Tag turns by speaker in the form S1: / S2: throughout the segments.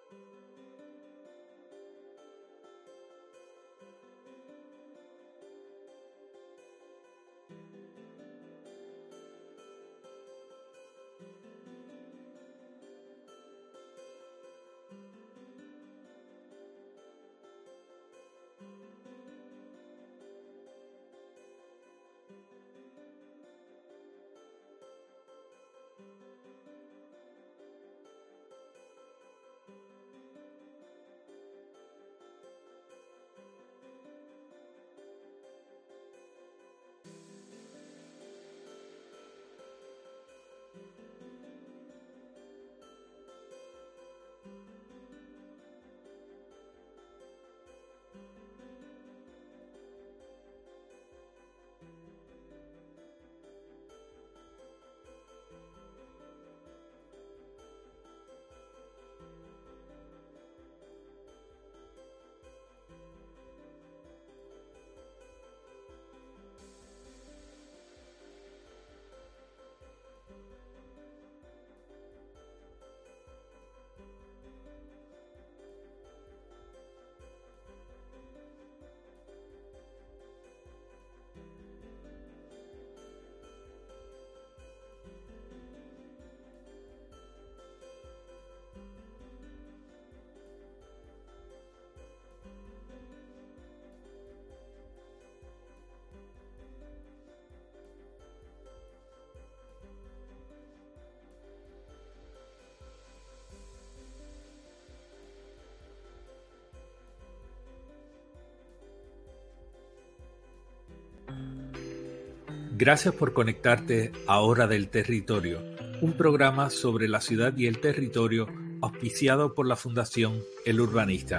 S1: Gracias por conectarte a Hora del Territorio, un programa sobre la ciudad y el territorio auspiciado por la Fundación El Urbanista.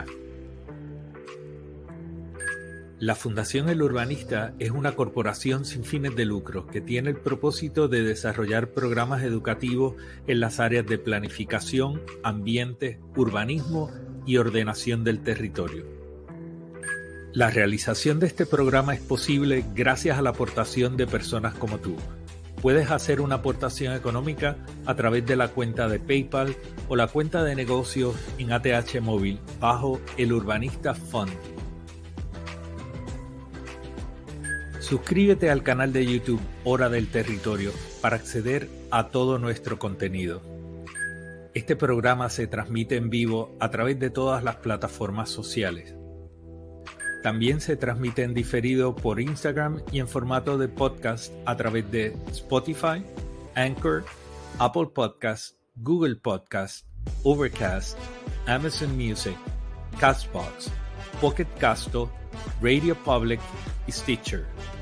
S1: La Fundación El Urbanista es una corporación sin fines de lucro que tiene el propósito de desarrollar programas educativos en las áreas de planificación, ambiente, urbanismo y ordenación del territorio. La realización de este programa es posible gracias a la aportación de personas como tú. Puedes hacer una aportación económica a través de la cuenta de PayPal o la cuenta de negocios en ATH Móvil bajo El Urbanista Fund. Suscríbete al canal de YouTube Hora del Territorio para acceder a todo nuestro contenido. Este programa se transmite en vivo a través de todas las plataformas sociales. También se transmite en diferido por Instagram y en formato de podcast a través de Spotify, Anchor, Apple Podcasts, Google Podcasts, Overcast, Amazon Music, Castbox, Pocket Casto, Radio Public y Stitcher.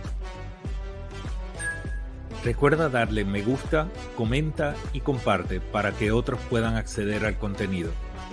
S1: Recuerda darle me gusta, comenta y comparte para que otros puedan acceder al contenido.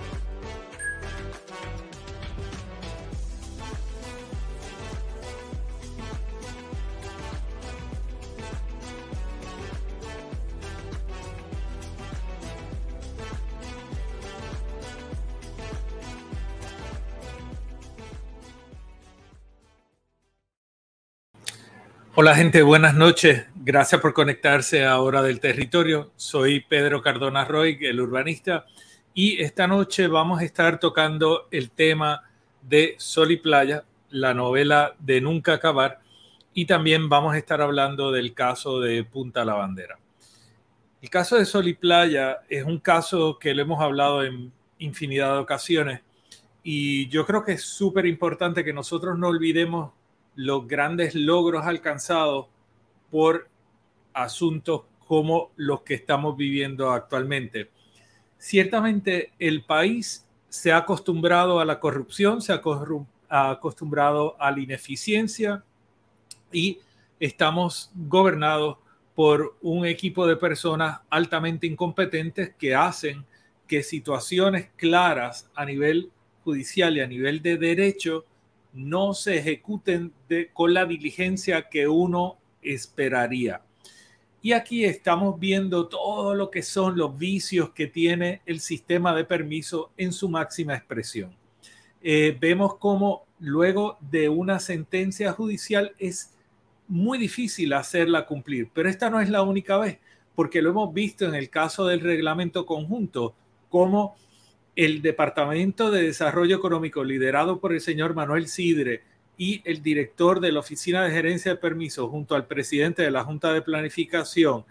S1: Hola gente, buenas noches. Gracias por conectarse a Hora del Territorio. Soy Pedro Cardona Roy, el urbanista, y esta noche vamos a estar tocando el tema de Sol y Playa, la novela de Nunca Acabar, y también vamos a estar hablando del caso de Punta La Bandera. El caso de Sol y Playa es un caso que lo hemos hablado en infinidad de ocasiones y yo creo que es súper importante que nosotros no olvidemos los grandes logros alcanzados por asuntos como los que estamos viviendo actualmente. Ciertamente el país se ha acostumbrado a la corrupción, se ha acostumbrado a la ineficiencia y estamos gobernados por un equipo de personas altamente incompetentes que hacen que situaciones claras a nivel judicial y a nivel de derecho no se ejecuten con la diligencia que uno esperaría. Y aquí estamos viendo todo lo que son los vicios que tiene el sistema de permiso en su máxima expresión. Vemos cómo luego de una sentencia judicial es muy difícil hacerla cumplir, pero esta no es la única vez, porque lo hemos visto en el caso del reglamento conjunto, cómo el Departamento de Desarrollo Económico, liderado por el señor Manuel Sidre, y el director de la Oficina de Gerencia de Permisos, junto al presidente de la Junta de Planificación,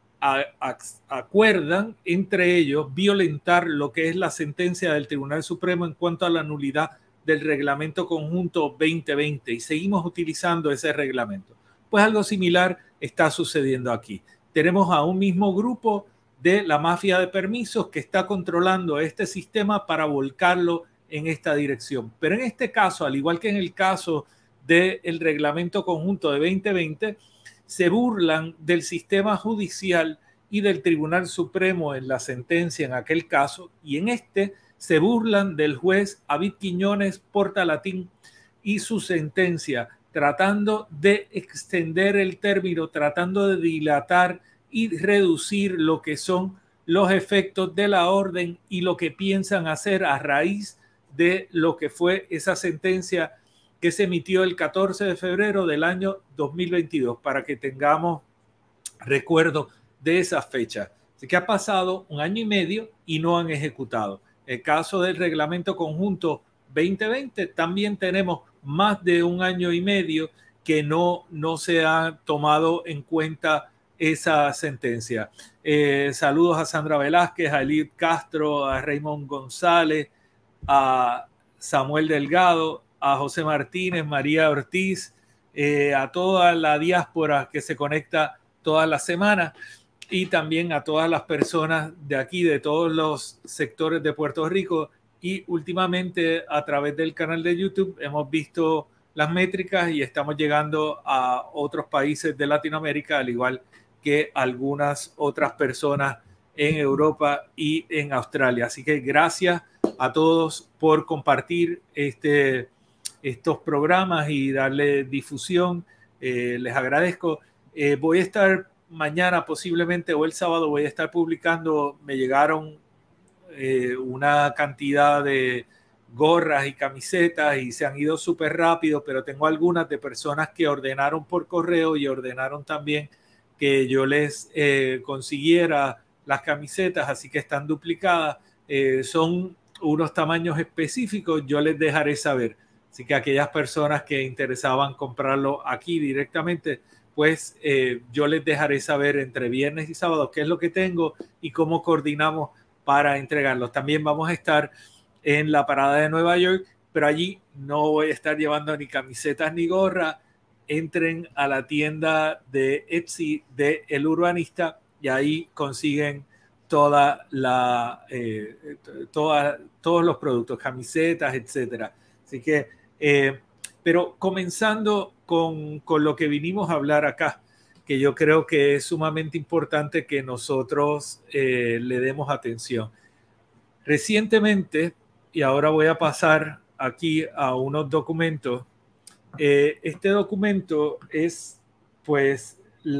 S1: acuerdan entre ellos violentar lo que es la sentencia del Tribunal Supremo en cuanto a la nulidad del Reglamento Conjunto 2020, y seguimos utilizando ese reglamento. Pues algo similar está sucediendo aquí. Tenemos a un mismo grupo de la mafia de permisos que está controlando este sistema para volcarlo en esta dirección. Pero en este caso, al igual que en el caso del Reglamento Conjunto de 2020, se burlan del sistema judicial y del Tribunal Supremo en la sentencia en aquel caso, y en este se burlan del juez Abid Quiñones Portalatín y su sentencia, tratando de extender el término, tratando de dilatar y reducir lo que son los efectos de la orden y lo que piensan hacer a raíz de lo que fue esa sentencia que se emitió el 14 de febrero del año 2022, para que tengamos recuerdo de esa fecha. Así que ha pasado 1 año y medio y no han ejecutado. El caso del Reglamento Conjunto 2020, también tenemos más de 1 año y medio que no se ha tomado en cuenta esa sentencia. Saludos a Sandra Velázquez, a Elid Castro, a Raymond González, a Samuel Delgado, a José Martínez, María Ortiz, a toda la diáspora que se conecta todas las semanas, y también a todas las personas de aquí, de todos los sectores de Puerto Rico. Y últimamente a través del canal de YouTube hemos visto las métricas y estamos llegando a otros países de Latinoamérica, al igual que algunas otras personas en Europa y en Australia. Así que gracias a todos por compartir estos programas y darle difusión. Les agradezco. Voy a estar mañana posiblemente, o el sábado, voy a estar publicando. Me llegaron una cantidad de gorras y camisetas y se han ido súper rápido, pero tengo algunas de personas que ordenaron por correo y ordenaron también que yo les consiguiera las camisetas, así que están duplicadas. Son unos tamaños específicos, yo les dejaré saber. Así que aquellas personas que interesaban comprarlo aquí directamente, pues yo les dejaré saber entre viernes y sábado qué es lo que tengo y cómo coordinamos para entregarlos. También vamos a estar en la parada de Nueva York, pero allí no voy a estar llevando ni camisetas ni gorra. Entren a la tienda de Etsy de El Urbanista y ahí consiguen todos los productos, camisetas, etcétera. Así que, pero comenzando con lo que vinimos a hablar acá, que yo creo que es sumamente importante que nosotros le demos atención. Recientemente, y ahora voy a pasar aquí a unos documentos. Este documento es pues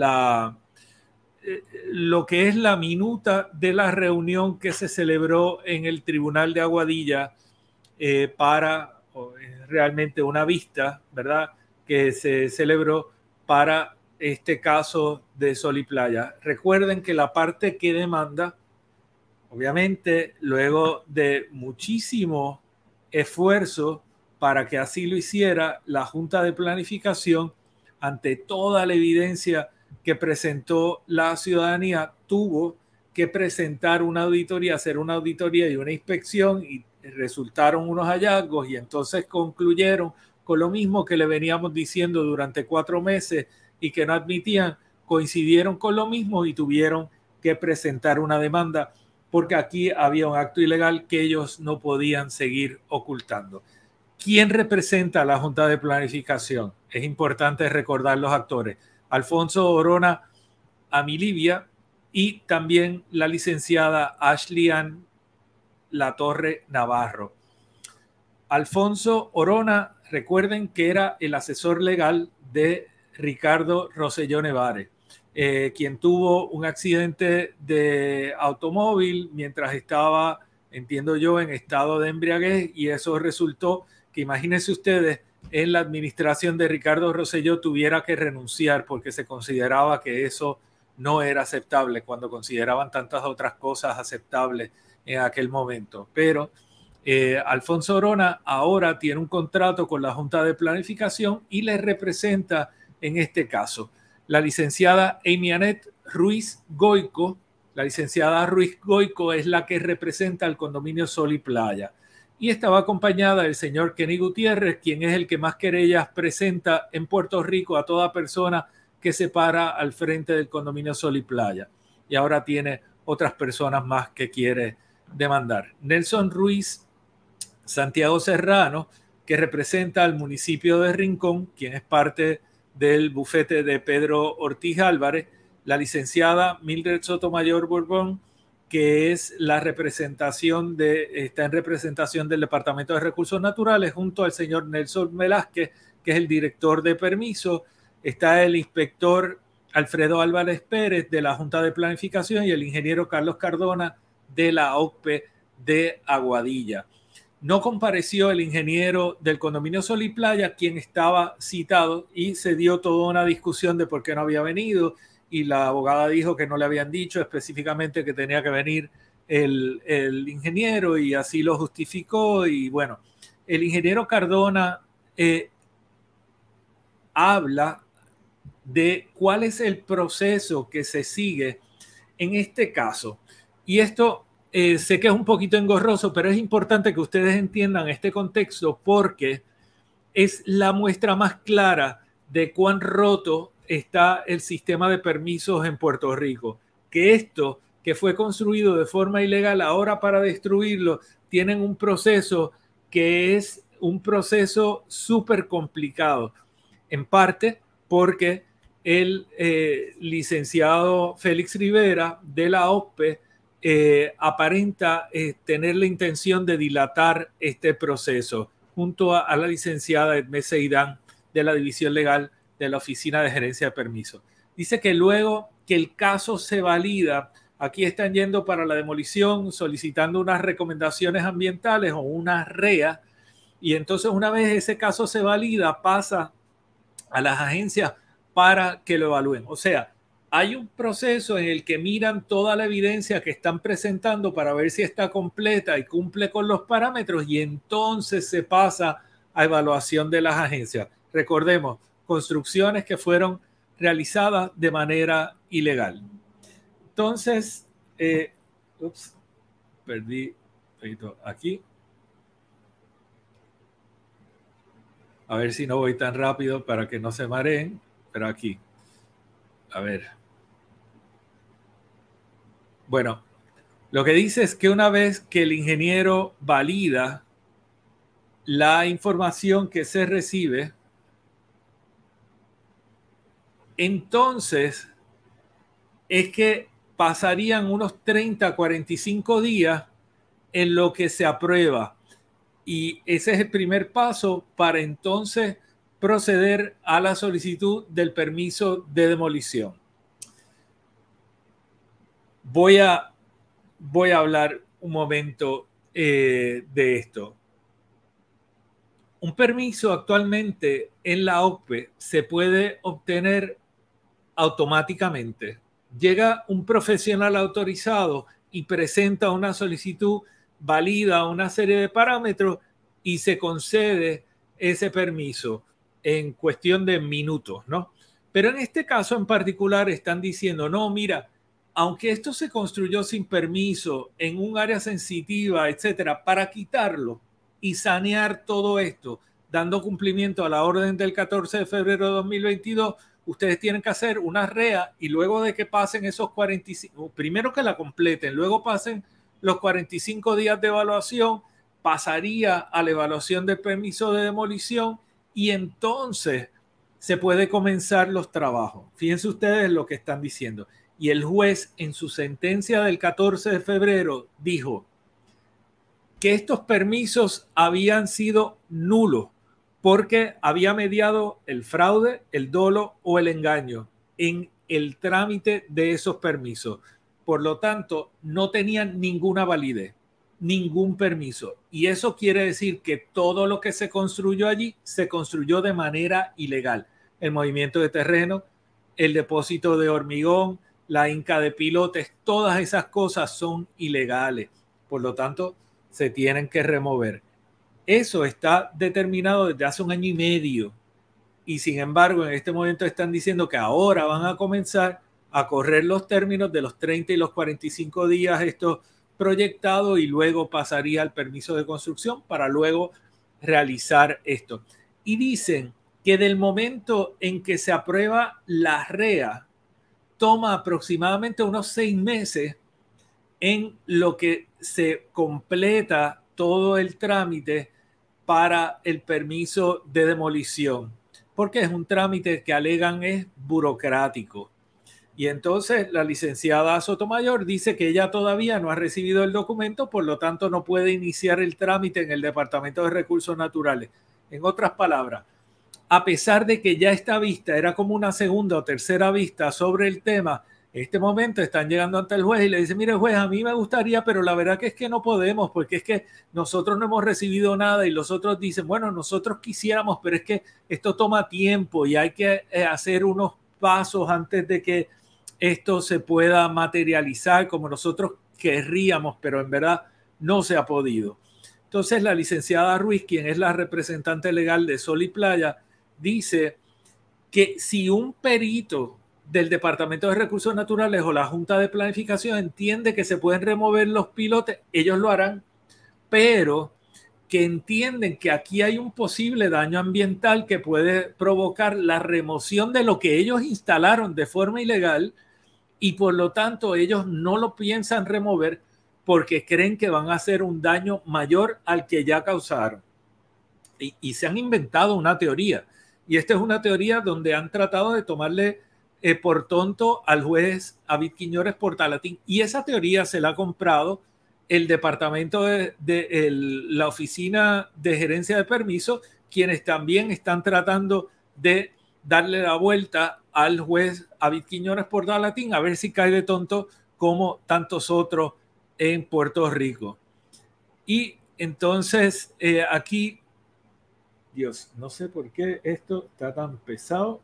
S1: lo que es la minuta de la reunión que se celebró en el Tribunal de Aguadilla para realmente una vista, ¿verdad?, que se celebró para este caso de Sol y Playa. Recuerden que la parte que demanda, obviamente, luego de muchísimo esfuerzo para que así lo hiciera, la Junta de Planificación, ante toda la evidencia que presentó la ciudadanía, tuvo que presentar una auditoría, hacer una auditoría y una inspección, y resultaron unos hallazgos, y entonces concluyeron con lo mismo que le veníamos diciendo durante 4 meses y que no admitían. Coincidieron con lo mismo y tuvieron que presentar una demanda, porque aquí había un acto ilegal que ellos no podían seguir ocultando. ¿Quién representa a la Junta de Planificación? Es importante recordar los actores. Alfonso Orona Amilibia y también la licenciada Ashley Ann Latorre Navarro. Alfonso Orona, recuerden que era el asesor legal de Ricardo Rosselló Nevares, quien tuvo un accidente de automóvil mientras estaba, entiendo yo, en estado de embriaguez, y eso resultó que, imagínense ustedes, en la administración de Ricardo Rosselló tuviera que renunciar porque se consideraba que eso no era aceptable, cuando consideraban tantas otras cosas aceptables en aquel momento. Pero Alfonso Orona ahora tiene un contrato con la Junta de Planificación y le representa en este caso la licenciada Amy Annette Ruiz Goico. La licenciada Ruiz Goico es la que representa al condominio Sol y Playa. Y estaba acompañada del señor Kenny Gutiérrez, quien es el que más querellas presenta en Puerto Rico a toda persona que se para al frente del condominio Sol y Playa. Y ahora tiene otras personas más que quiere demandar. Nelson Ruiz Santiago Serrano, que representa al municipio de Rincón, quien es parte del bufete de Pedro Ortiz Álvarez, la licenciada Mildred Sotomayor Borbón, que es la representación está en representación del Departamento de Recursos Naturales, junto al señor Nelson Velázquez, que es el director de permiso. Está el inspector Alfredo Álvarez Pérez de la Junta de Planificación y el ingeniero Carlos Cardona de la OCPE de Aguadilla. No compareció el ingeniero del condominio Sol y Playa, quien estaba citado, y se dio toda una discusión de por qué no había venido, y la abogada dijo que no le habían dicho específicamente que tenía que venir el ingeniero, y así lo justificó. Y bueno, el ingeniero Cardona habla de cuál es el proceso que se sigue en este caso. Y esto sé que es un poquito engorroso, pero es importante que ustedes entiendan este contexto porque es la muestra más clara de cuán roto está el sistema de permisos en Puerto Rico. Que esto que fue construido de forma ilegal, ahora para destruirlo, tienen un proceso que es un proceso súper complicado. En parte porque el licenciado Félix Rivera de la OCPE aparenta tener la intención de dilatar este proceso junto a la licenciada Edme Seidán de la División Legal de la Oficina de Gerencia de Permisos. Dice que luego que el caso se valida, aquí están yendo para la demolición solicitando unas recomendaciones ambientales o una REA, y entonces una vez ese caso se valida pasa a las agencias para que lo evalúen. O sea, hay un proceso en el que miran toda la evidencia que están presentando para ver si está completa y cumple con los parámetros, y entonces se pasa a evaluación de las agencias. Recordemos, construcciones que fueron realizadas de manera ilegal. Entonces, perdí aquí. A ver si no voy tan rápido para que no se mareen, pero aquí. A ver. Bueno, lo que dice es que una vez que el ingeniero valida la información que se recibe, entonces es que pasarían unos 30 a 45 días en lo que se aprueba. Y ese es el primer paso para entonces proceder a la solicitud del permiso de demolición. Voy a hablar un momento de esto. Un permiso actualmente en la OCPE se puede obtener automáticamente. Llega un profesional autorizado y presenta una solicitud, valida una serie de parámetros y se concede ese permiso en cuestión de minutos, ¿no? Pero en este caso en particular están diciendo, no, mira, aunque esto se construyó sin permiso en un área sensitiva, etcétera, para quitarlo y sanear todo esto, dando cumplimiento a la orden del 14 de febrero de 2022, ustedes tienen que hacer una REA y luego de que pasen esos 45, primero que la completen, luego pasen los 45 días de evaluación, pasaría a la evaluación del permiso de demolición y entonces se puede comenzar los trabajos. Fíjense ustedes lo que están diciendo. Y el juez en su sentencia del 14 de febrero dijo que estos permisos habían sido nulos porque había mediado el fraude, el dolo o el engaño en el trámite de esos permisos. Por lo tanto, no tenían ninguna validez, ningún permiso. Y eso quiere decir que todo lo que se construyó allí se construyó de manera ilegal. El movimiento de terreno, el depósito de hormigón, la hinca de pilotes, todas esas cosas son ilegales. por lo tanto, se tienen que remover. Eso está determinado desde hace 1 año y medio. Y sin embargo, en este momento están diciendo que ahora van a comenzar a correr los términos de los 30 y los 45 días esto proyectado, y luego pasaría al permiso de construcción para luego realizar esto. Y dicen que del momento en que se aprueba la REA, toma aproximadamente unos 6 meses en lo que se completa todo el trámite para el permiso de demolición, porque es un trámite que alegan es burocrático. Y entonces la licenciada Sotomayor dice que ella todavía no ha recibido el documento, por lo tanto no puede iniciar el trámite en el Departamento de Recursos Naturales. En otras palabras, a pesar de que ya esta vista era como una segunda o tercera vista sobre el tema, en este momento están llegando ante el juez y le dicen, mire juez, a mí me gustaría, pero la verdad que es que no podemos, porque es que nosotros no hemos recibido nada, y los otros dicen, bueno, nosotros quisiéramos, pero es que esto toma tiempo y hay que hacer unos pasos antes de que esto se pueda materializar como nosotros querríamos, pero en verdad no se ha podido. Entonces la licenciada Ruiz, quien es la representante legal de Sol y Playa, dice que si un perito del Departamento de Recursos Naturales o la Junta de Planificación entiende que se pueden remover los pilotes, ellos lo harán, pero que entienden que aquí hay un posible daño ambiental que puede provocar la remoción de lo que ellos instalaron de forma ilegal, y por lo tanto ellos no lo piensan remover porque creen que van a hacer un daño mayor al que ya causaron. Y se han inventado una teoría. Y esta es una teoría donde han tratado de tomarle por tonto al juez David Quiñones Portalatín. Y esa teoría se la ha comprado el departamento de la Oficina de Gerencia de Permisos, quienes también están tratando de darle la vuelta al juez David Quiñones Portalatín a ver si cae de tonto como tantos otros en Puerto Rico. Y entonces aquí, Dios, no sé por qué esto está tan pesado.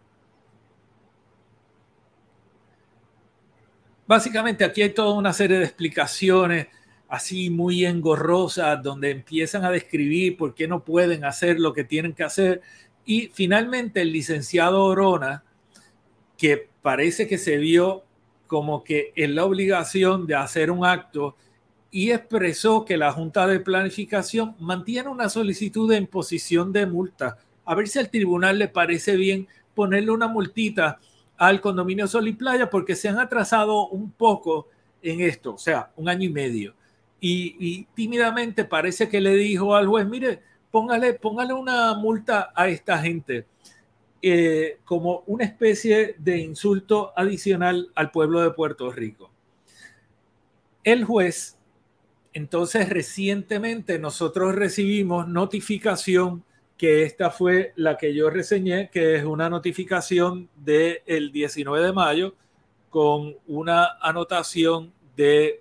S1: Básicamente aquí hay toda una serie de explicaciones así muy engorrosas donde empiezan a describir por qué no pueden hacer lo que tienen que hacer. Y finalmente el licenciado Orona, que parece que se vio como que en la obligación de hacer un acto, y expresó que la Junta de Planificación mantiene una solicitud de imposición de multa. A ver si al tribunal le parece bien ponerle una multita al condominio Sol y Playa, porque se han atrasado un poco en esto, o sea, 1 año y medio. Y tímidamente parece que le dijo al juez, mire, póngale una multa a esta gente, como una especie de insulto adicional al pueblo de Puerto Rico. El juez, entonces, recientemente nosotros recibimos notificación, que esta fue la que yo reseñé, que es una notificación del 19 de mayo con una anotación de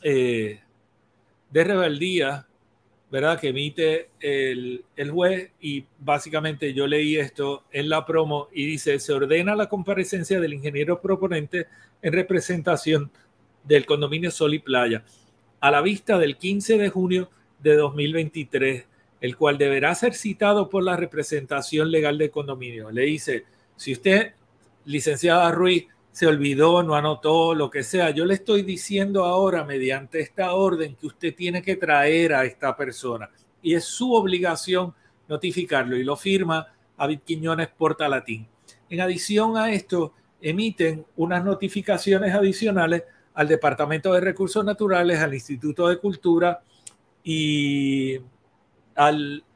S1: rebeldía, ¿verdad?, que emite el juez, y básicamente yo leí esto en la promo y dice: se ordena la comparecencia del ingeniero proponente en representación del condominio Sol y Playa a la vista del 15 de junio de 2023, el cual deberá ser citado por la representación legal del condominio. Le dice, si usted, licenciada Ruiz, se olvidó, no anotó, lo que sea, yo le estoy diciendo ahora mediante esta orden que usted tiene que traer a esta persona, y es su obligación notificarlo, y lo firma David Quiñones Portalatín. En adición a esto, emiten unas notificaciones adicionales al Departamento de Recursos Naturales, al Instituto de Cultura y a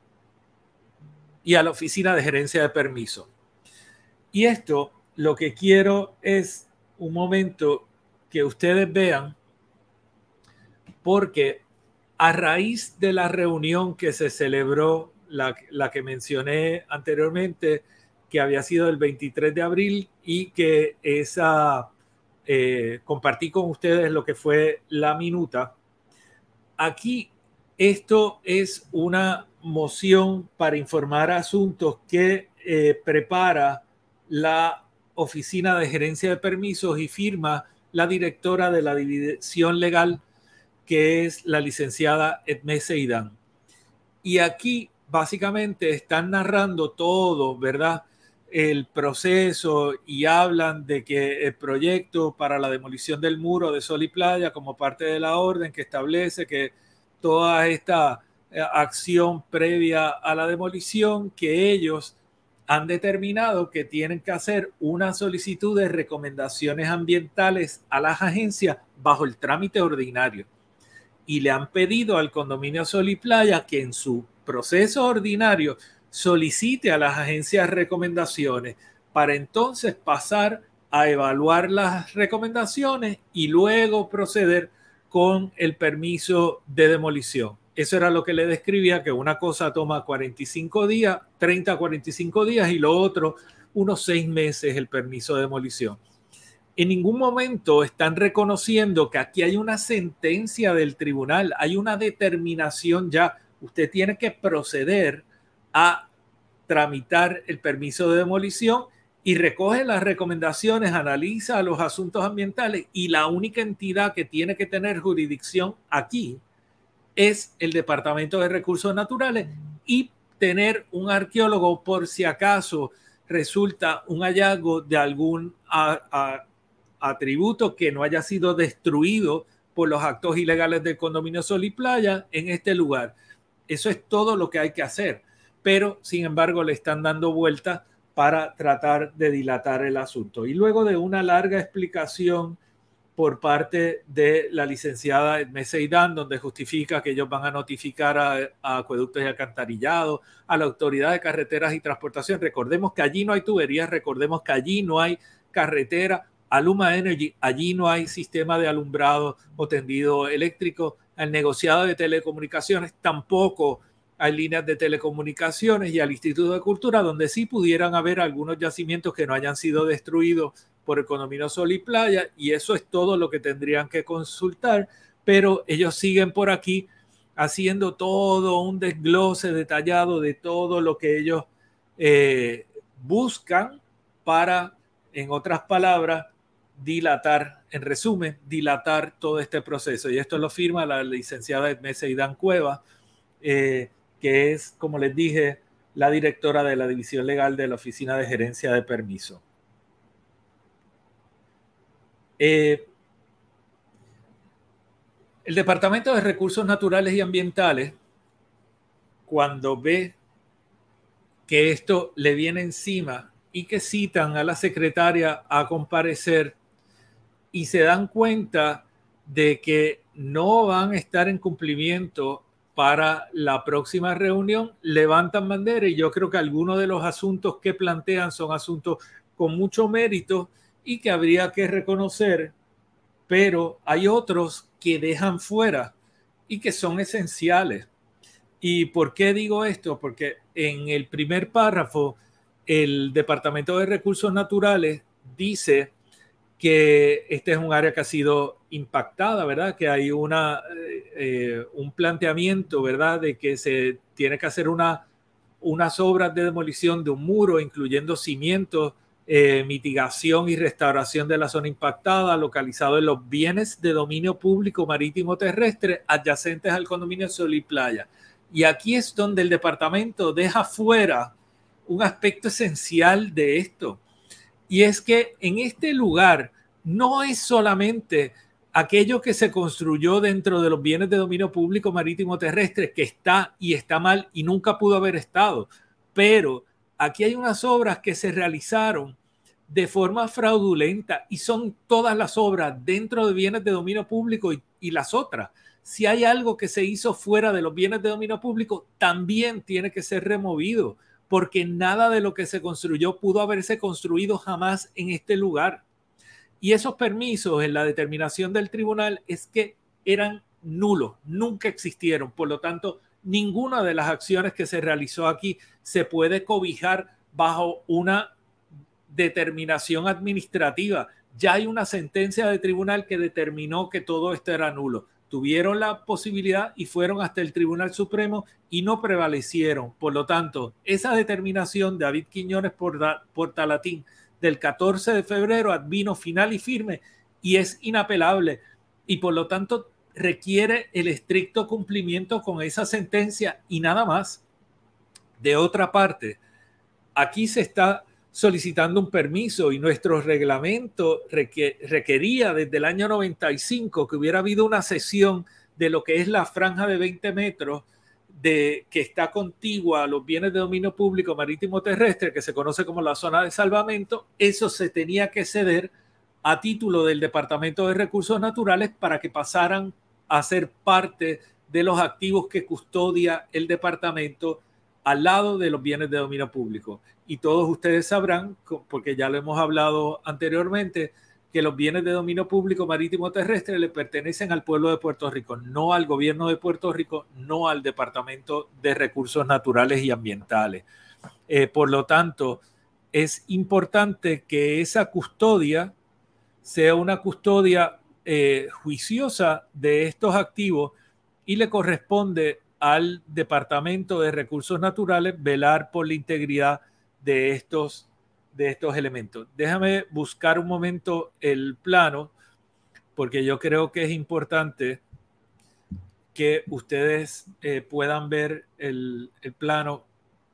S1: la Oficina de Gerencia de Permisos. Y esto, lo que quiero es un momento que ustedes vean, porque a raíz de la reunión que se celebró, la que mencioné anteriormente, que había sido el 23 de abril, y que compartí con ustedes lo que fue la minuta. Aquí esto es una moción para informar asuntos que prepara la Oficina de Gerencia de Permisos y firma la directora de la División Legal, que es la licenciada Edmé Seidán. Y aquí básicamente están narrando todo, ¿verdad? El proceso, y hablan de que el proyecto para la demolición del muro de Sol y Playa como parte de la orden que establece que toda esta acción previa a la demolición, que ellos han determinado que tienen que hacer una solicitud de recomendaciones ambientales a las agencias bajo el trámite ordinario. Y le han pedido al condominio Sol y Playa que en su proceso ordinario solicite a las agencias recomendaciones para entonces pasar a evaluar las recomendaciones y luego proceder con el permiso de demolición. Eso era lo que le describía, que una cosa toma 45 días, 30 a 45 días, y lo otro unos 6 meses el permiso de demolición. En ningún momento están reconociendo que aquí hay una sentencia del tribunal, hay una determinación ya. Usted tiene que proceder a tramitar el permiso de demolición y recoge las recomendaciones, analiza los asuntos ambientales, y la única entidad que tiene que tener jurisdicción aquí es el Departamento de Recursos Naturales, y tener un arqueólogo por si acaso resulta un hallazgo de algún atributo que no haya sido destruido por los actos ilegales del condominio Sol y Playa en este lugar. Eso es todo lo que hay que hacer, pero sin embargo le están dando vueltas para tratar de dilatar el asunto. Y luego de una larga explicación por parte de la licenciada Edmé Seidán, donde justifica que ellos van a notificar a Acueductos y Alcantarillado, a la Autoridad de Carreteras y Transportación. Recordemos que allí no hay tuberías, recordemos que allí no hay carretera. A Luma Energy, allí no hay sistema de alumbrado o tendido eléctrico. Al negociado de telecomunicaciones tampoco hay líneas de telecomunicaciones, y al Instituto de Cultura, donde sí pudieran haber algunos yacimientos que no hayan sido destruidos por el condominio Sol y Playa, y eso es todo lo que tendrían que consultar. Pero ellos siguen por aquí haciendo todo un desglose detallado de todo lo que ellos buscan para, en otras palabras, dilatar, en resumen, dilatar todo este proceso. Y esto lo firma la licenciada Edmé Seidán Cuevas, que es, como les dije, la directora de la División Legal de la Oficina de Gerencia de Permiso. El Departamento de Recursos Naturales y Ambientales, cuando ve que esto le viene encima y que citan a la secretaria a comparecer, y se dan cuenta de que no van a estar en cumplimiento para la próxima reunión, levantan bandera. Y yo creo que algunos de los asuntos que plantean son asuntos con mucho mérito y que habría que reconocer, pero hay otros que dejan fuera y que son esenciales. ¿Y por qué digo esto? Porque en el primer párrafo, el Departamento de Recursos Naturales dice que este es un área que ha sido impactada, ¿verdad? Que hay un planteamiento, ¿verdad? De que se tiene que hacer unas obras de demolición de un muro, incluyendo cimientos, mitigación y restauración de la zona impactada, localizado en los bienes de dominio público marítimo terrestre adyacentes al condominio Sol y Playa. Y aquí es donde el departamento deja fuera un aspecto esencial de esto. Y es que en este lugar no es solamente aquello que se construyó dentro de los bienes de dominio público marítimo terrestre, que está y está mal y nunca pudo haber estado, pero aquí hay unas obras que se realizaron de forma fraudulenta, y son todas las obras dentro de bienes de dominio público y las otras. Si hay algo que se hizo fuera de los bienes de dominio público, también tiene que ser removido, porque nada de lo que se construyó pudo haberse construido jamás en este lugar. Y esos permisos, en la determinación del tribunal, es que eran nulos, nunca existieron. Por lo tanto, ninguna de las acciones que se realizó aquí se puede cobijar bajo una determinación administrativa. Ya hay una sentencia de tribunal que determinó que todo esto era nulo. Tuvieron la posibilidad y fueron hasta el Tribunal Supremo y no prevalecieron. Por lo tanto, esa determinación de David Quiñones Portalatín del 14 de febrero advino final y firme y es inapelable. Y por lo tanto, requiere el estricto cumplimiento con esa sentencia y nada más. De otra parte, aquí se está solicitando un permiso y nuestro reglamento requería desde el año 95 que hubiera habido una cesión de lo que es la franja de 20 metros que está contigua a los bienes de dominio público marítimo terrestre, que se conoce como la zona de salvamento. Eso se tenía que ceder a título del Departamento de Recursos Naturales para que pasaran a ser parte de los activos que custodia el departamento al lado de los bienes de dominio público. Y todos ustedes sabrán, porque ya lo hemos hablado anteriormente, que los bienes de dominio público marítimo terrestre le pertenecen al pueblo de Puerto Rico, no al gobierno de Puerto Rico, no al Departamento de Recursos Naturales y Ambientales. Por lo tanto, es importante que esa custodia sea una custodia juiciosa de estos activos y le corresponde al Departamento de Recursos Naturales velar por la integridad de estos elementos. Déjame buscar un momento el plano, porque yo creo que es importante que ustedes puedan ver el plano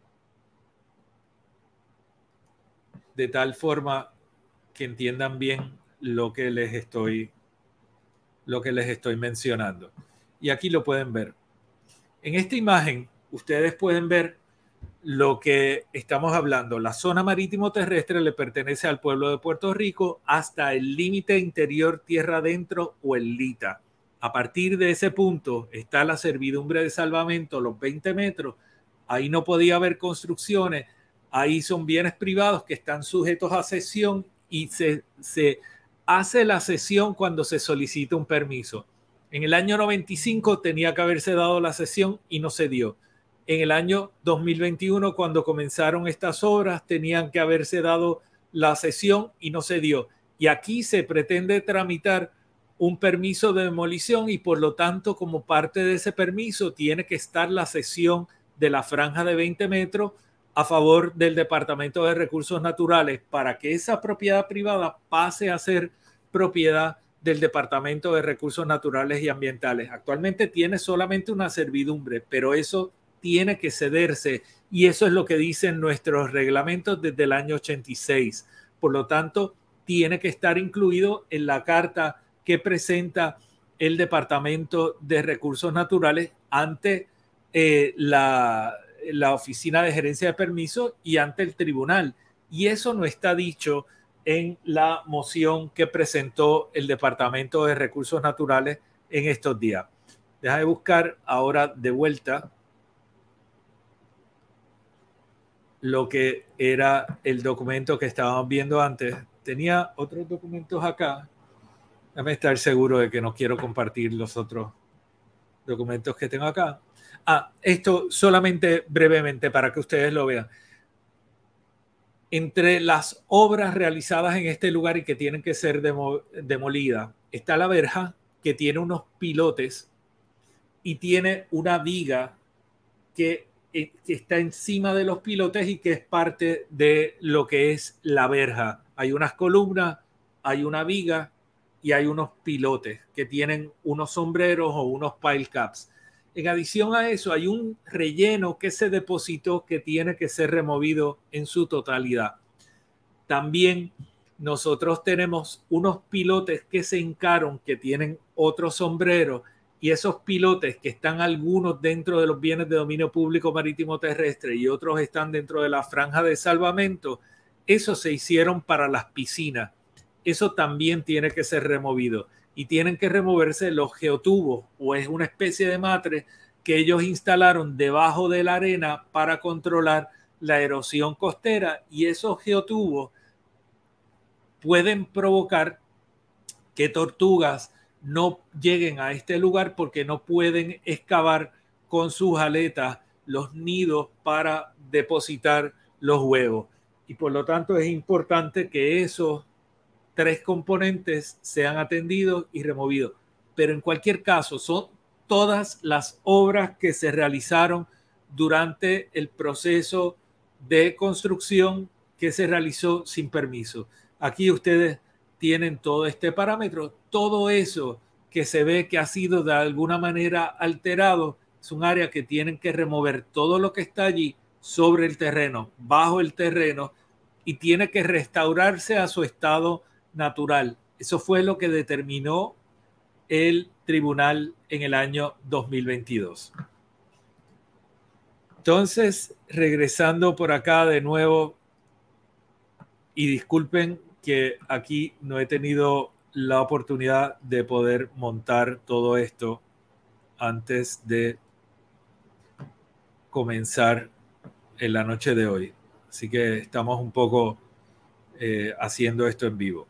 S1: de tal forma que entiendan bien lo que les estoy mencionando. Y aquí lo pueden ver. En esta imagen, ustedes pueden ver lo que estamos hablando. La zona marítimo terrestre le pertenece al pueblo de Puerto Rico hasta el límite interior tierra adentro o el LITA. A partir de ese punto está la servidumbre de salvamento, los 20 metros. Ahí no podía haber construcciones. Ahí son bienes privados que están sujetos a cesión y se hace la cesión cuando se solicita un permiso. En el año 95 tenía que haberse dado la cesión y no se dio. En el año 2021, cuando comenzaron estas obras, tenían que haberse dado la cesión y no se dio. Y aquí se pretende tramitar un permiso de demolición y por lo tanto, como parte de ese permiso, tiene que estar la cesión de la franja de 20 metros a favor del Departamento de Recursos Naturales para que esa propiedad privada pase a ser propiedad del Departamento de Recursos Naturales y Ambientales. Actualmente tiene solamente una servidumbre, pero eso tiene que cederse y eso es lo que dicen nuestros reglamentos desde el año 86. Por lo tanto, tiene que estar incluido en la carta que presenta el Departamento de Recursos Naturales ante la Oficina de Gerencia de Permisos y ante el tribunal. Y eso no está dicho en la moción que presentó el Departamento de Recursos Naturales en estos días. Deja de buscar ahora de vuelta lo que era el documento que estábamos viendo antes. Tenía otros documentos acá. Déjame estar seguro de que no quiero compartir los otros documentos que tengo acá. Esto solamente brevemente para que ustedes lo vean. Entre las obras realizadas en este lugar y que tienen que ser demolidas, está la verja, que tiene unos pilotes y tiene una viga que está encima de los pilotes y que es parte de lo que es la verja. Hay unas columnas, hay una viga y hay unos pilotes que tienen unos sombreros o unos pile caps. En adición a eso, hay un relleno que se depositó que tiene que ser removido en su totalidad. También nosotros tenemos unos pilotes que se hincaron, que tienen otro sombrero, y esos pilotes que están algunos dentro de los bienes de dominio público marítimo terrestre y otros están dentro de la franja de salvamento, esos se hicieron para las piscinas. Eso también tiene que ser removido y tienen que removerse los geotubos o es una especie de matre que ellos instalaron debajo de la arena para controlar la erosión costera y esos geotubos pueden provocar que tortugas no lleguen a este lugar porque no pueden excavar con sus aletas los nidos para depositar los huevos. Y por lo tanto es importante que esos tres componentes sean atendidos y removidos. Pero en cualquier caso, son todas las obras que se realizaron durante el proceso de construcción que se realizó sin permiso. Aquí ustedes tienen todo este parámetro. Todo eso que se ve que ha sido de alguna manera alterado, es un área que tienen que remover todo lo que está allí sobre el terreno, bajo el terreno, y tiene que restaurarse a su estado natural. Eso fue lo que determinó el tribunal en el año 2022. Entonces, regresando por acá de nuevo, y disculpen que aquí no he tenido la oportunidad de poder montar todo esto antes de comenzar en la noche de hoy. Así que estamos un poco haciendo esto en vivo.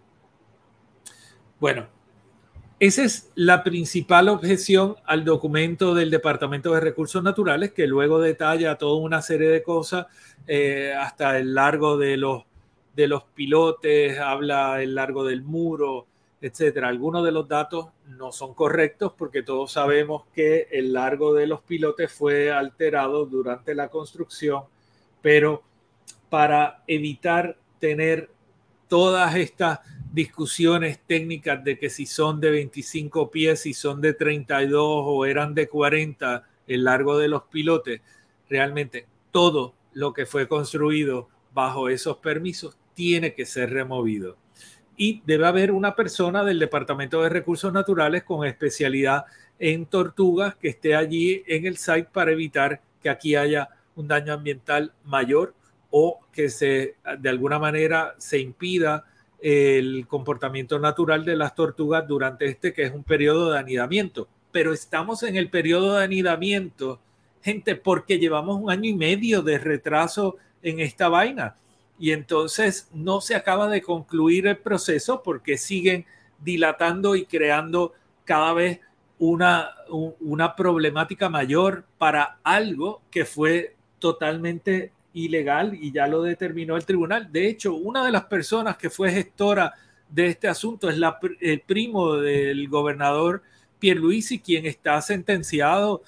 S1: Bueno, esa es la principal objeción al documento del Departamento de Recursos Naturales, que luego detalla toda una serie de cosas, hasta el largo de los pilotes, habla el largo del muro, etcétera. Algunos de los datos no son correctos porque todos sabemos que el largo de los pilotes fue alterado durante la construcción, pero para evitar tener todas estas discusiones técnicas de que si son de 25 pies, si son de 32 o eran de 40 el largo de los pilotes, realmente todo lo que fue construido bajo esos permisos tiene que ser removido. Y debe haber una persona del Departamento de Recursos Naturales con especialidad en tortugas que esté allí en el site para evitar que aquí haya un daño ambiental mayor o que de alguna manera se impida el comportamiento natural de las tortugas durante que es un periodo de anidamiento. Pero estamos en el periodo de anidamiento, gente, porque llevamos 1 año y medio de retraso en esta vaina. Y entonces no se acaba de concluir el proceso porque siguen dilatando y creando cada vez una problemática mayor para algo que fue totalmente ilegal y ya lo determinó el tribunal. De hecho, una de las personas que fue gestora de este asunto es el primo del gobernador Pierluisi, quien está sentenciado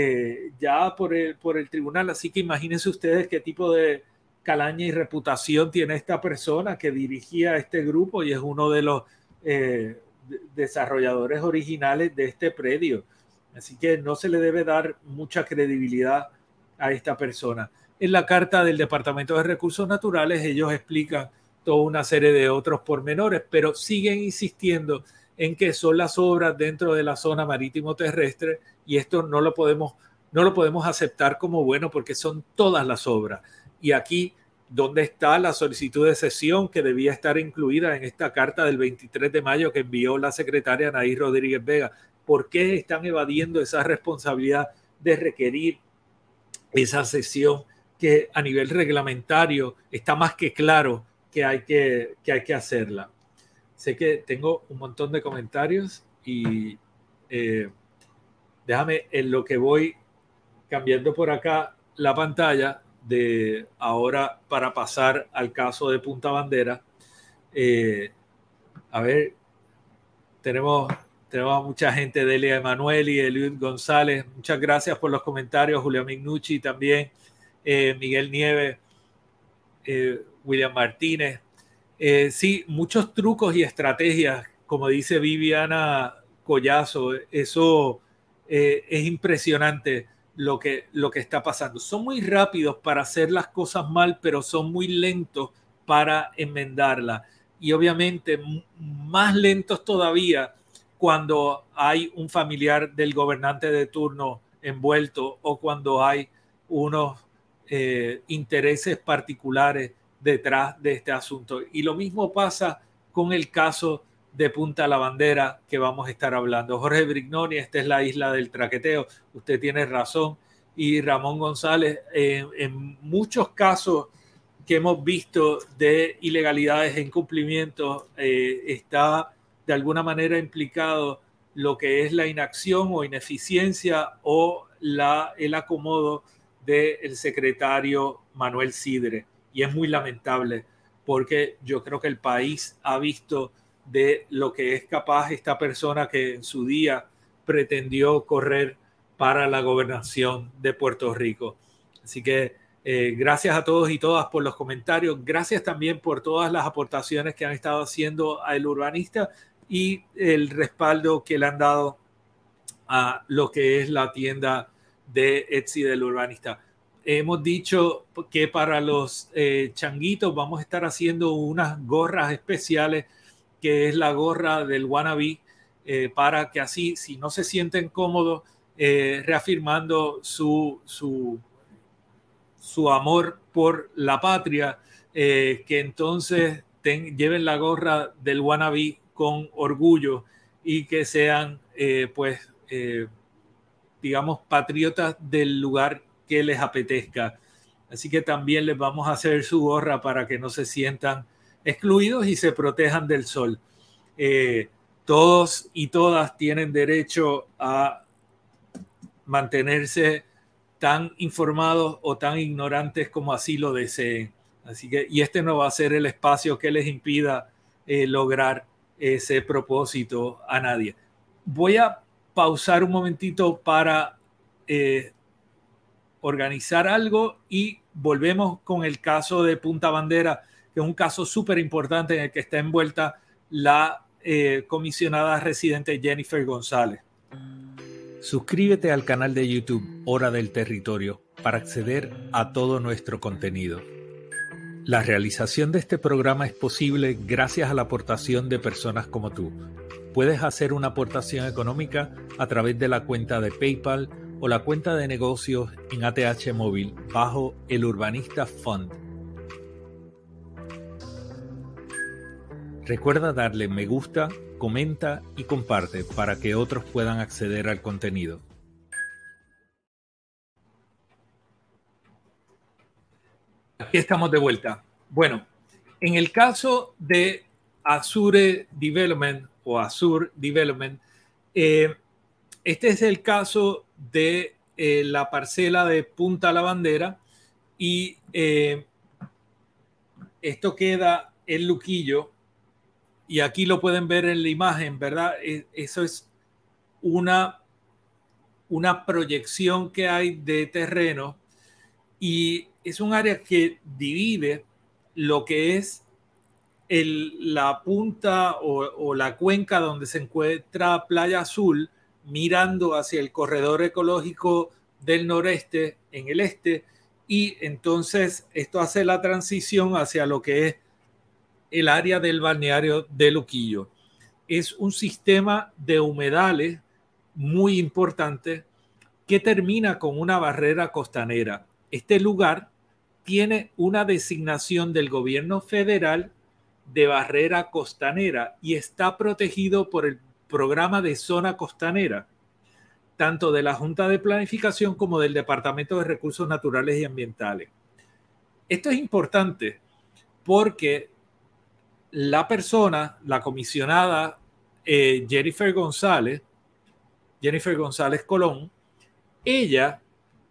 S1: ya por el tribunal. Así que imagínense ustedes qué tipo de calaña y reputación tiene esta persona que dirigía este grupo y es uno de los desarrolladores originales de este predio. Así que no se le debe dar mucha credibilidad a esta persona. En la carta del Departamento de Recursos Naturales ellos explican toda una serie de otros pormenores, pero siguen insistiendo en que son las obras dentro de la zona marítimo terrestre y esto no lo podemos aceptar como bueno porque son todas las obras. Y aquí, ¿dónde está la solicitud de cesión que debía estar incluida en esta carta del 23 de mayo que envió la secretaria Anaí Rodríguez Vega? ¿Por qué están evadiendo esa responsabilidad de requerir esa cesión que a nivel reglamentario está más que claro que hay que hacerla? Sé que tengo un montón de comentarios y déjame en lo que voy cambiando por acá la pantalla de ahora para pasar al caso de Punta Bandera. A ver, tenemos a mucha gente, Delia Emanueli, Eliud González, muchas gracias por los comentarios, Julio Mignucci también, Miguel Nieves, William Martínez. Sí, muchos trucos y estrategias, como dice Viviana Collazo, eso es impresionante lo que está pasando. Son muy rápidos para hacer las cosas mal, pero son muy lentos para enmendarlas. Y obviamente más lentos todavía cuando hay un familiar del gobernante de turno envuelto o cuando hay unos intereses particulares detrás de este asunto. Y lo mismo pasa con el caso de Punta La Bandera que vamos a estar hablando. Jorge Brignoni, esta es la isla del traqueteo, usted tiene razón. Y Ramón González, en muchos casos que hemos visto de ilegalidades e incumplimientos, está de alguna manera implicado lo que es la inacción o ineficiencia o el acomodo del secretario Manuel Sidre. Y es muy lamentable porque yo creo que el país ha visto de lo que es capaz esta persona que en su día pretendió correr para la gobernación de Puerto Rico. Así que gracias a todos y todas por los comentarios. Gracias también por todas las aportaciones que han estado haciendo a El Urbanista. y el respaldo que le han dado a lo que es la tienda de Etsy del Urbanista. Hemos dicho que para los changuitos vamos a estar haciendo unas gorras especiales, que es la gorra del wannabe, para que así, si no se sienten cómodos, reafirmando su amor por la patria, que entonces lleven la gorra del wannabe con orgullo y que sean, digamos, patriotas del lugar que les apetezca. Así que también les vamos a hacer su gorra para que no se sientan excluidos y se protejan del sol. Todos y todas tienen derecho a mantenerse tan informados o tan ignorantes como así lo deseen. Así que, y este no va a ser el espacio que les impida lograr ese propósito a nadie. Voy a pausar un momentito para organizar algo y volvemos con el caso de Punta Bandera, que es un caso súper importante en el que está envuelta la comisionada residente Jennifer González. Suscríbete al canal de YouTube Hora del Territorio para acceder a todo nuestro contenido. La realización de este programa es posible gracias a la aportación de personas como tú. Puedes hacer una aportación económica a través de la cuenta de PayPal o la cuenta de negocios en ATH Móvil bajo el Urbanista Fund. Recuerda darle me gusta, comenta y comparte para que otros puedan acceder al contenido. Aquí estamos de vuelta. Bueno, en el caso de Azure Development o Azure Development, este es el caso de la parcela de Punta La Bandera y esto queda en Luquillo y aquí lo pueden ver en la imagen, ¿verdad? Eso es una proyección que hay de terreno y es un área que divide lo que es la punta o la cuenca donde se encuentra Playa Azul, mirando hacia el corredor ecológico del noreste en el este, y entonces esto hace la transición hacia lo que es el área del balneario de Luquillo. Es un sistema de humedales muy importante que termina con una barrera costanera. Este lugar tiene una designación del gobierno federal de barrera costanera y está protegido por el programa de zona costanera, tanto de la Junta de Planificación como del Departamento de Recursos Naturales y Ambientales. Esto es importante porque la persona, la comisionada Jennifer González Colón, ella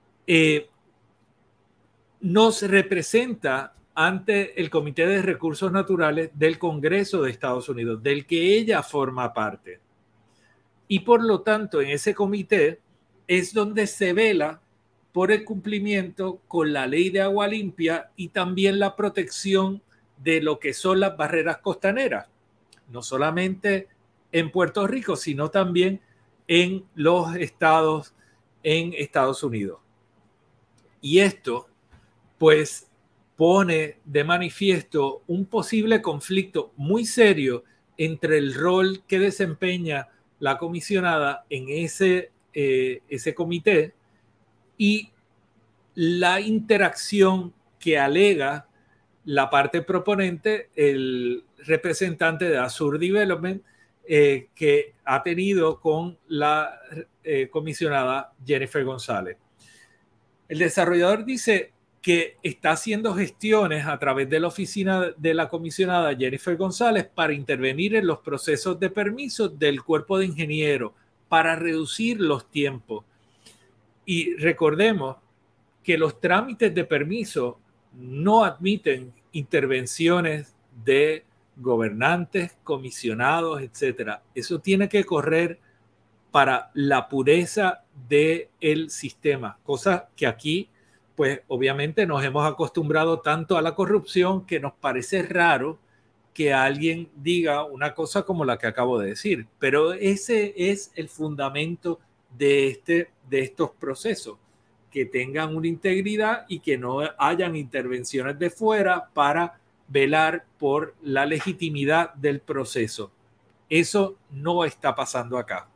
S1: nos representa ante el Comité de Recursos Naturales del Congreso de Estados Unidos, del que ella forma parte. Y por lo tanto, en ese comité es donde se vela por el cumplimiento con la ley de agua limpia y también la protección de lo que son las barreras costaneras, no solamente en Puerto Rico, sino también en los estados en Estados Unidos. Y esto, pues, pone de manifiesto un posible conflicto muy serio entre el rol que desempeña la comisionada en ese comité y la interacción que alega la parte proponente, el representante de Azure Development, que ha tenido con la comisionada Jennifer González. El desarrollador dice que está haciendo gestiones a través de la oficina de la comisionada Jennifer González para intervenir en los procesos de permisos del cuerpo de ingenieros para reducir los tiempos. Y recordemos que los trámites de permiso no admiten intervenciones de gobernantes, comisionados, etcétera. Eso tiene que correr para la pureza del sistema, cosa que aquí, pues obviamente nos hemos acostumbrado tanto a la corrupción que nos parece raro que alguien diga una cosa como la que acabo de decir, pero ese es el fundamento de estos procesos, que tengan una integridad y que no hayan intervenciones de fuera para velar por la legitimidad del proceso. Eso no está pasando acá.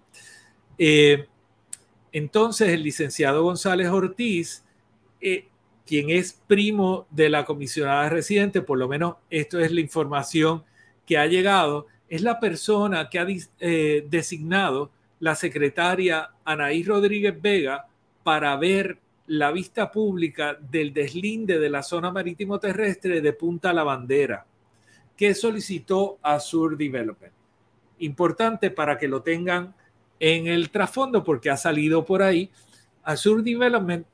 S1: Entonces, el licenciado González Ortiz, quien es primo de la comisionada residente, por lo menos esto es la información que ha llegado, es la persona que ha designado la secretaria Anaí Rodríguez Vega para ver la vista pública del deslinde de la zona marítimo terrestre de Punta La Bandera, que solicitó Azure Development. Importante para que lo tengan en el trasfondo porque ha salido por ahí. Azure Development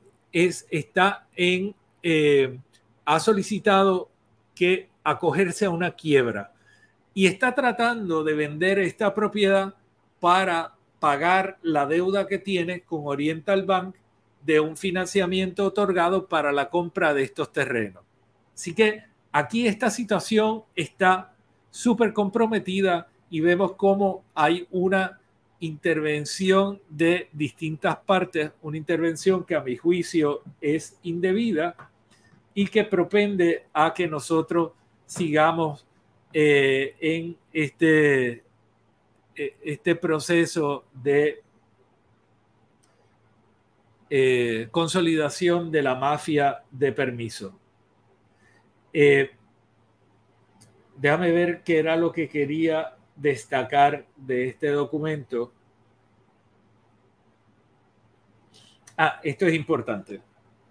S1: ha solicitado que acogerse a una quiebra y está tratando de vender esta propiedad para pagar la deuda que tiene con Oriental Bank de un financiamiento otorgado para la compra de estos terrenos. Así que aquí esta situación está súper comprometida y vemos cómo hay una intervención de distintas partes, una intervención que a mi juicio es indebida y que propende a que nosotros sigamos en este proceso de consolidación de la mafia de permiso. Déjame ver qué era lo que quería destacar de este documento. Esto es importante.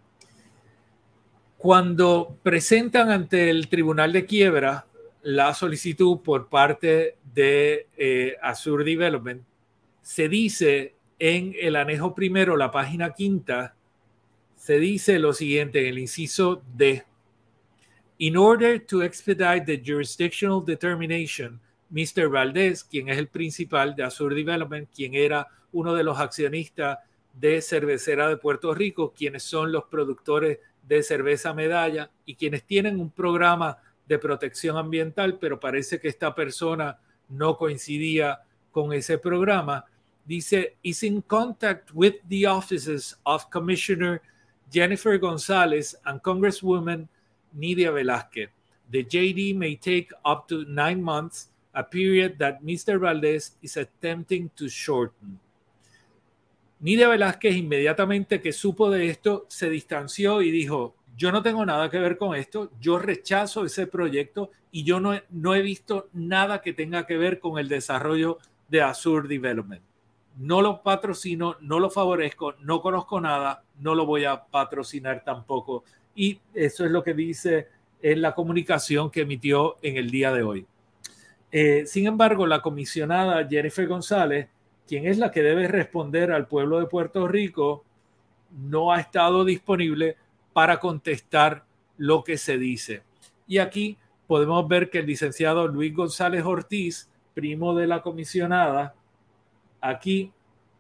S1: Cuando presentan ante el Tribunal de Quiebra la solicitud por parte de Azure Development, se dice en el anejo primero, la página 5, se dice lo siguiente en el inciso D. In order to expedite the jurisdictional determination, Mr. Valdés, quien es el principal de Azure Development, quien era uno de los accionistas de Cervecera de Puerto Rico, quienes son los productores de cerveza Medalla y quienes tienen un programa de protección ambiental, pero parece que esta persona no coincidía con ese programa, dice, is in contact with the offices of Commissioner Jennifer González and Congresswoman Nidia Velázquez. The JD may take up to 9 months, a period that Mr. Valdés is attempting to shorten. Nidia Velázquez, inmediatamente que supo de esto, se distanció y dijo, yo no tengo nada que ver con esto, yo rechazo ese proyecto y yo no he visto nada que tenga que ver con el desarrollo de Azure Development. No lo patrocino, no lo favorezco, no conozco nada, no lo voy a patrocinar tampoco. Y eso es lo que dice en la comunicación que emitió en el día de hoy. Sin embargo, la comisionada Jennifer González, quien es la que debe responder al pueblo de Puerto Rico, no ha estado disponible para contestar lo que se dice. Y aquí podemos ver que el licenciado Luis González Ortiz, primo de la comisionada, aquí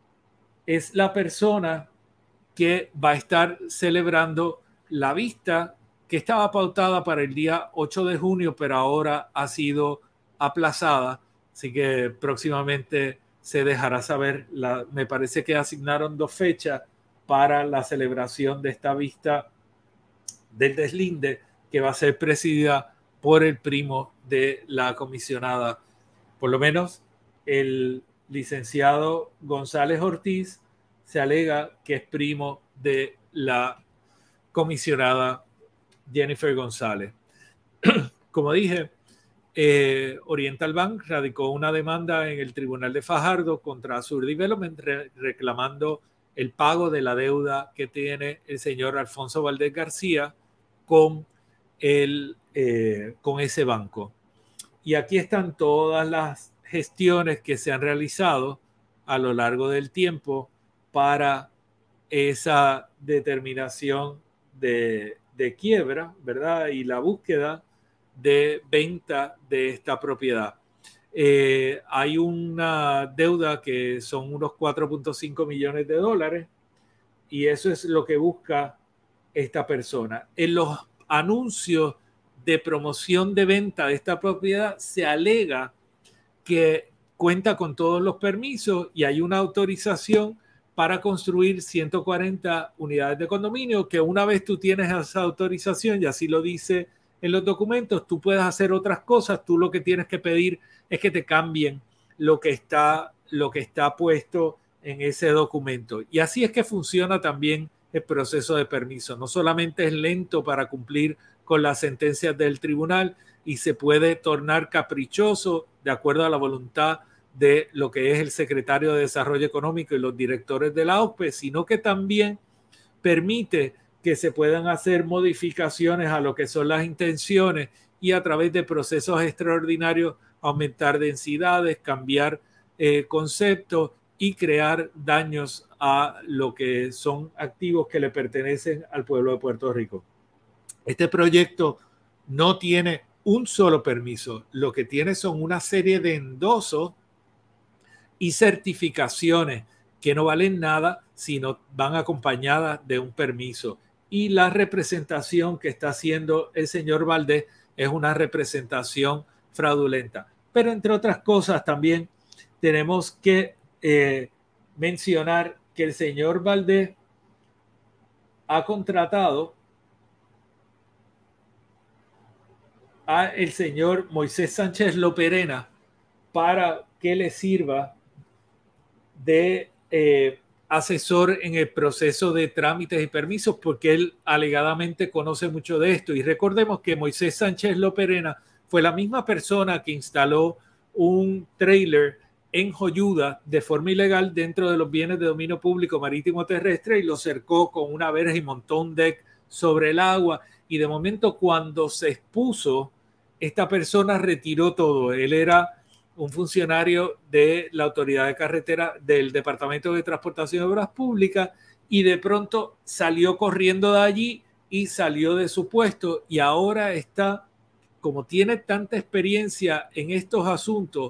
S1: es la persona que va a estar celebrando la vista que estaba pautada para el día 8 de junio, pero ahora ha sido aplazada. Así que próximamente se dejará saber. Me parece que asignaron 2 fechas para la celebración de esta vista del deslinde, que va a ser presidida por el primo de la comisionada. Por lo menos el licenciado González Ortiz se alega que es primo de la comisionada Jennifer González. Como dije, Oriental Bank radicó una demanda en el Tribunal de Fajardo contra Azure Development reclamando el pago de la deuda que tiene el señor Alfonso Valdés García con ese banco. Y aquí están todas las gestiones que se han realizado a lo largo del tiempo para esa determinación de quiebra, ¿verdad? Y la búsqueda de venta de esta propiedad. Hay una deuda que son unos 4.5 millones de dólares y eso es lo que busca esta persona. En los anuncios de promoción de venta de esta propiedad se alega que cuenta con todos los permisos y hay una autorización para construir 140 unidades de condominio, que una vez tú tienes esa autorización, y así lo dice en los documentos, tú puedes hacer otras cosas, tú lo que tienes que pedir es que te cambien lo que está puesto en ese documento. Y así es que funciona también el proceso de permiso. No solamente es lento para cumplir con las sentencias del tribunal y se puede tornar caprichoso de acuerdo a la voluntad de lo que es el secretario de Desarrollo Económico y los directores de la OSPE, sino que también permite que se puedan hacer modificaciones a lo que son las intenciones y a través de procesos extraordinarios aumentar densidades, cambiar conceptos y crear daños a lo que son activos que le pertenecen al pueblo de Puerto Rico. Este proyecto no tiene un solo permiso, lo que tiene son una serie de endosos y certificaciones que no valen nada si no van acompañadas de un permiso. Y la representación que está haciendo el señor Valdés es una representación fraudulenta. Pero entre otras cosas también tenemos que mencionar que el señor Valdés ha contratado a el señor Moisés Sánchez Loperena para que le sirva de asesor en el proceso de trámites y permisos, porque él alegadamente conoce mucho de esto. Y recordemos que Moisés Sánchez Loperena fue la misma persona que instaló un trailer en Joyuda de forma ilegal dentro de los bienes de dominio público marítimo terrestre y lo cercó con una verja y montó un deck sobre el agua. Y de momento, cuando se expuso, esta persona retiró todo. Él era un funcionario de la Autoridad de Carretera del Departamento de Transportación y Obras Públicas y de pronto salió corriendo de allí y salió de su puesto y ahora está, como tiene tanta experiencia en estos asuntos,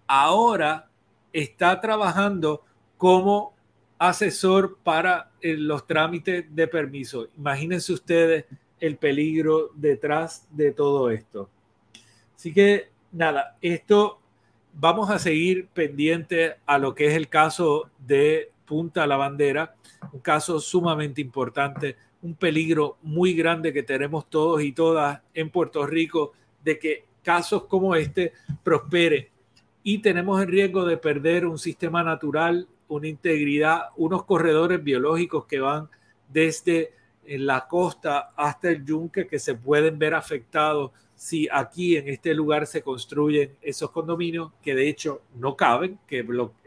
S1: ahora está trabajando como asesor para los trámites de permiso. Imagínense ustedes el peligro detrás de todo esto. Así que nada, esto vamos a seguir pendiente a lo que es el caso de Punta La Bandera, un caso sumamente importante, un peligro muy grande que tenemos todos y todas en Puerto Rico de que casos como este prosperen y tenemos el riesgo de perder un sistema natural, una integridad, unos corredores biológicos que van desde la costa hasta el yunque que se pueden ver afectados si aquí en este lugar se construyen esos condominios que de hecho no caben, que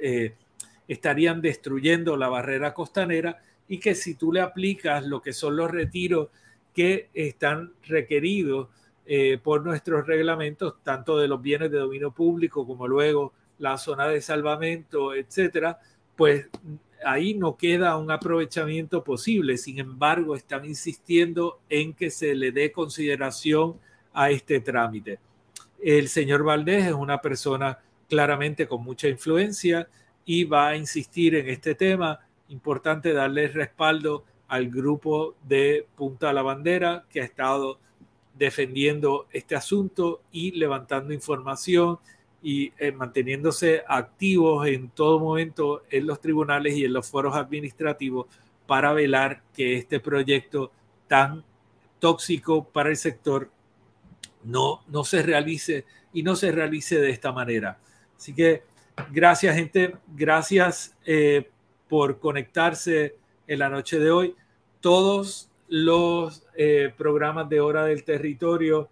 S1: estarían destruyendo la barrera costanera y que si tú le aplicas lo que son los retiros que están requeridos por nuestros reglamentos, tanto de los bienes de dominio público como luego la zona de salvamento, etcétera, pues ahí no queda un aprovechamiento posible. Sin embargo, están insistiendo en que se le dé consideración a este trámite. El señor Valdés es una persona claramente con mucha influencia y va a insistir en este tema. Importante darle respaldo al grupo de Punta La Bandera que ha estado defendiendo este asunto y levantando información y manteniéndose activos en todo momento en los tribunales y en los foros administrativos para velar que este proyecto tan tóxico para el sector no se realice y no se realice de esta manera. Así que gracias, gente. Gracias por conectarse en la noche de hoy. Todos los programas de Hora del Territorio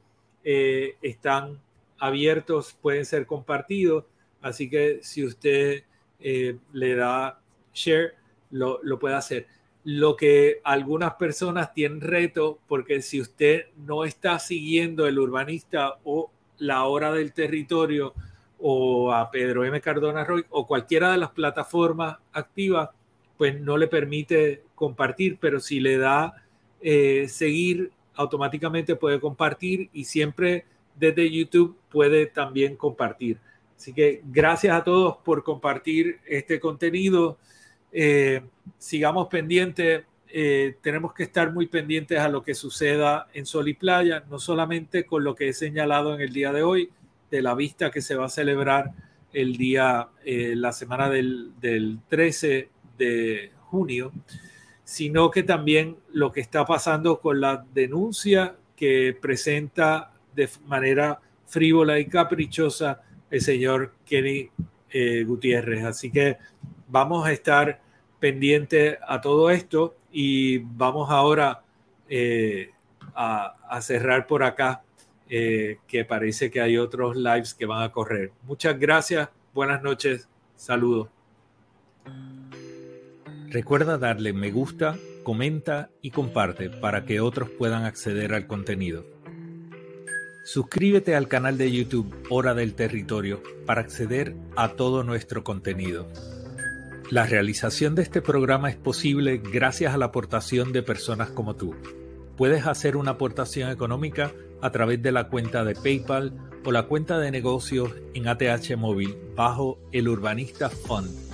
S1: están abiertos, pueden ser compartidos. Así que si usted le da share, lo puede hacer. Lo que algunas personas tienen reto, porque si usted no está siguiendo El Urbanista o La Hora del Territorio o a Pedro M. Cardona Roy o cualquiera de las plataformas activas, pues no le permite compartir, pero si le da seguir, automáticamente puede compartir y siempre desde YouTube puede también compartir. Así que gracias a todos por compartir este contenido. Sigamos pendientes tenemos que estar muy pendientes a lo que suceda en Sol y Playa, no solamente con lo que he señalado en el día de hoy, de la vista que se va a celebrar el día, la semana del 13 de junio, sino que también lo que está pasando con la denuncia que presenta de manera frívola y caprichosa el señor Kenny Gutiérrez. Así que vamos a estar pendientes a todo esto y vamos ahora a cerrar por acá, que parece que hay otros lives que van a correr. Muchas gracias, buenas noches, saludos. Recuerda darle me gusta, comenta y comparte para que otros puedan acceder al contenido. Suscríbete al canal de YouTube Hora del Territorio para acceder a todo nuestro contenido. La realización de este programa es posible gracias a la aportación de personas como tú. Puedes hacer una aportación económica a través de la cuenta de PayPal o la cuenta de negocios en ATH Móvil bajo El Urbanista Fund.